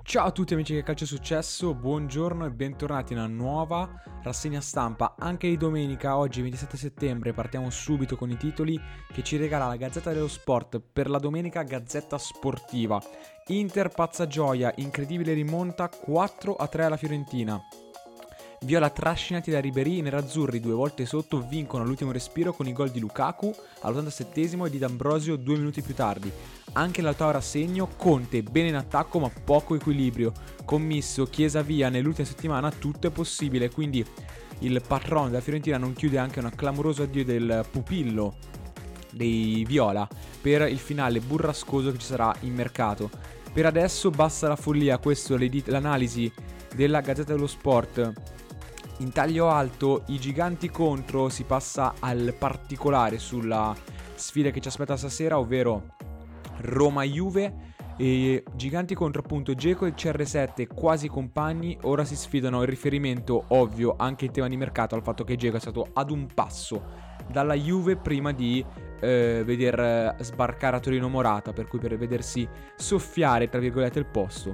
Ciao a tutti amici che Calcio è Successo, buongiorno e bentornati in una nuova rassegna stampa anche di domenica. Oggi 27 settembre partiamo subito con i titoli che ci regala la Gazzetta dello Sport per la domenica. Gazzetta sportiva: Inter pazza gioia, incredibile rimonta 4-3 alla Fiorentina. Viola trascinati da Ribéry, i nerazzurri 2 volte sotto vincono all'ultimo respiro con i gol di Lukaku all'87esimo e di D'Ambrosio 2 minuti più tardi. Anche nell'ottavo rassegno Conte bene in attacco ma poco equilibrio. Commisso, Chiesa via, nell'ultima settimana tutto è possibile, quindi il patrono della Fiorentina non chiude anche un clamoroso addio del pupillo dei Viola per il finale burrascoso che ci sarà in mercato. Per adesso basta la follia, questo è l'analisi della Gazzetta dello Sport. In taglio alto i giganti contro, si passa al particolare sulla sfida che ci aspetta stasera, ovvero Roma-Juve. E giganti contro appunto Dzeko e CR7 quasi compagni, ora si sfidano. Il riferimento ovvio anche in tema di mercato al fatto che Dzeko è stato ad un passo dalla Juve prima di veder sbarcare a Torino Morata, per cui per vedersi soffiare tra virgolette il posto.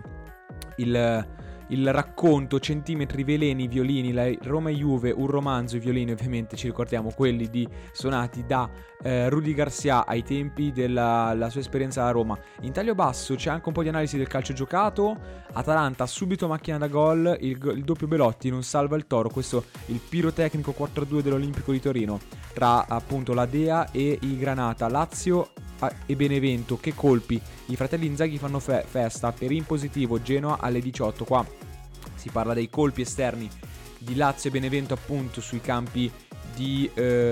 Il racconto, centimetri, veleni, violini, la Roma e Juve, un romanzo. I violini ovviamente ci ricordiamo quelli suonati da Rudy Garcia ai tempi della sua esperienza a Roma. In taglio basso c'è anche un po' di analisi del calcio giocato. Atalanta subito macchina da gol, il doppio Belotti non salva il Toro, questo il pirotecnico 4-2 dell'Olimpico di Torino tra appunto la Dea e i Granata. Lazio e Benevento, che colpi, i fratelli Inzaghi fanno festa. Per in positivo Genoa alle 18. Qua si parla dei colpi esterni di Lazio e Benevento appunto sui campi di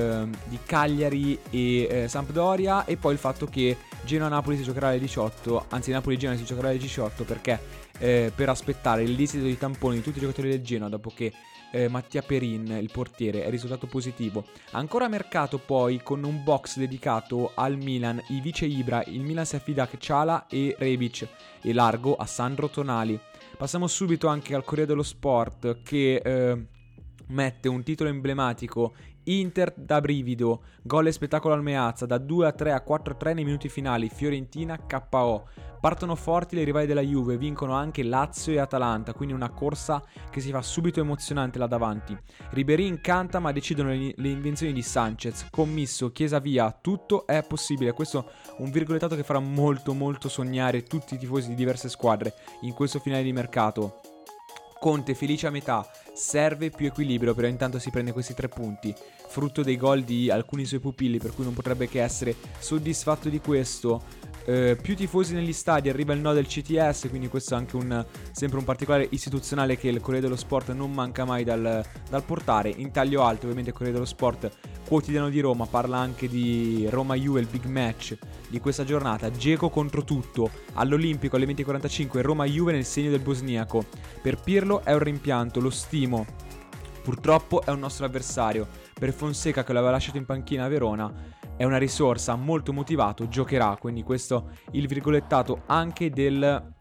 Cagliari e Sampdoria, e poi il fatto che Genoa-Napoli si giocherà alle 18, anzi Napoli-Genoa si giocherà alle 18 perché per aspettare l'esito di tamponi di tutti i giocatori del Genoa dopo che Mattia Perin, il portiere, è risultato positivo. Ancora mercato poi con un box dedicato al Milan, i vice Ibra. Il Milan si affida a Ciala e Rebic e largo a Sandro Tonali. Passiamo subito anche al Corriere dello Sport che mette un titolo emblematico: Inter da brivido, gol e spettacolo al Meazza, da 2-3 a 4-3 nei minuti finali, Fiorentina KO. Partono forti le rivali della Juve, vincono anche Lazio e Atalanta, quindi una corsa che si fa subito emozionante là davanti. Ribéry incanta ma decidono le invenzioni di Sanchez. Commisso, Chiesa via, tutto è possibile. Questo un virgolettato che farà molto molto sognare tutti i tifosi di diverse squadre in questo finale di mercato. Conte felice a metà, serve più equilibrio, però intanto si prende questi 3 punti, frutto dei gol di alcuni suoi pupilli, per cui non potrebbe che essere soddisfatto di questo. Più tifosi negli stadi, arriva il no del CTS, quindi questo è anche sempre un particolare istituzionale che il Corriere dello Sport non manca mai dal portare. In taglio alto ovviamente il Corriere dello Sport quotidiano di Roma parla anche di Roma-Juve, il big match di questa giornata. Dzeko contro tutto, all'Olimpico alle 20:45 Roma-Juve nel segno del bosniaco. Per Pirlo è un rimpianto, lo stimo, purtroppo è un nostro avversario. Per Fonseca, che l'aveva lasciato in panchina a Verona, è una risorsa, molto motivato, giocherà. Quindi questo il virgolettato anche del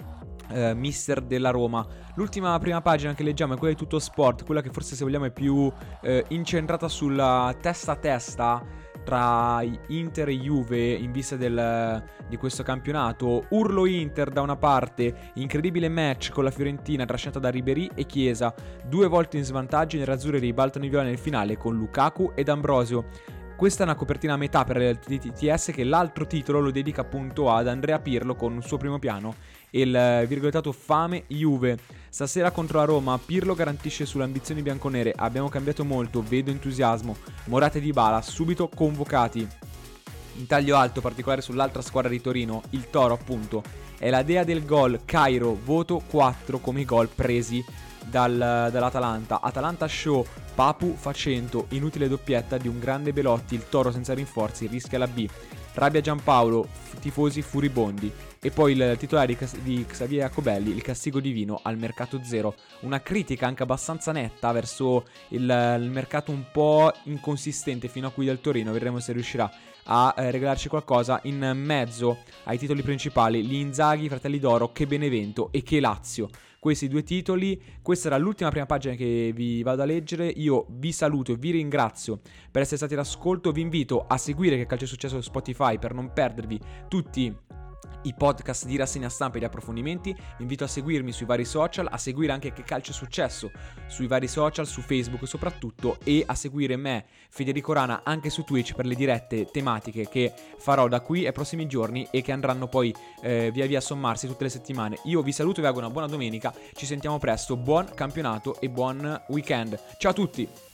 mister della Roma. L'ultima prima pagina che leggiamo è quella di Tutto Sport, quella che forse, se vogliamo, è più incentrata sulla testa a testa tra Inter e Juve in vista di questo campionato. Urlo Inter da una parte, incredibile match con la Fiorentina trascinata da Ribéry e Chiesa, 2 volte in svantaggio, i nerazzurri ribaltano i viola nel finale con Lukaku ed D'Ambrosio. Questa è una copertina a metà per il TTS, che l'altro titolo lo dedica appunto ad Andrea Pirlo con il suo primo piano e il virgolettato fame Juve. Stasera contro la Roma Pirlo garantisce sulle ambizioni bianconere: abbiamo cambiato molto, vedo entusiasmo. Morata e Dybala subito convocati. In taglio alto particolare sull'altra squadra di Torino, il Toro appunto, è la dea del gol. Cairo, voto 4 come i gol presi dall'Atalanta. Atalanta show, Papu fa 100, inutile doppietta di un grande Belotti. Il Toro senza rinforzi rischia la B. Rabbia Giampaolo, tifosi furibondi. E poi il titolare di Xavier Jacobelli, il castigo divino al mercato zero. Una critica anche abbastanza netta verso il mercato un po' inconsistente fino a qui del Torino. Vedremo se riuscirà a regalarci qualcosa. In mezzo ai titoli principali gli Inzaghi, Fratelli d'Oro, che Benevento e che Lazio. Questi 2 titoli. Questa era l'ultima prima pagina che vi vado a leggere. Io vi saluto e vi ringrazio per essere stati all'ascolto. Vi invito a seguire Che Calcio è Successo su Spotify per non perdervi tutti i podcast di Rassegna Stampa e di approfondimenti. Vi invito a seguirmi sui vari social, a seguire anche Che Calcio è Successo sui vari social, su Facebook soprattutto, e a seguire me, Federico Rana, anche su Twitch per le dirette tematiche che farò da qui ai prossimi giorni e che andranno poi via via a sommarsi tutte le settimane. Io vi saluto e vi auguro una buona domenica, ci sentiamo presto, buon campionato e buon weekend. Ciao a tutti!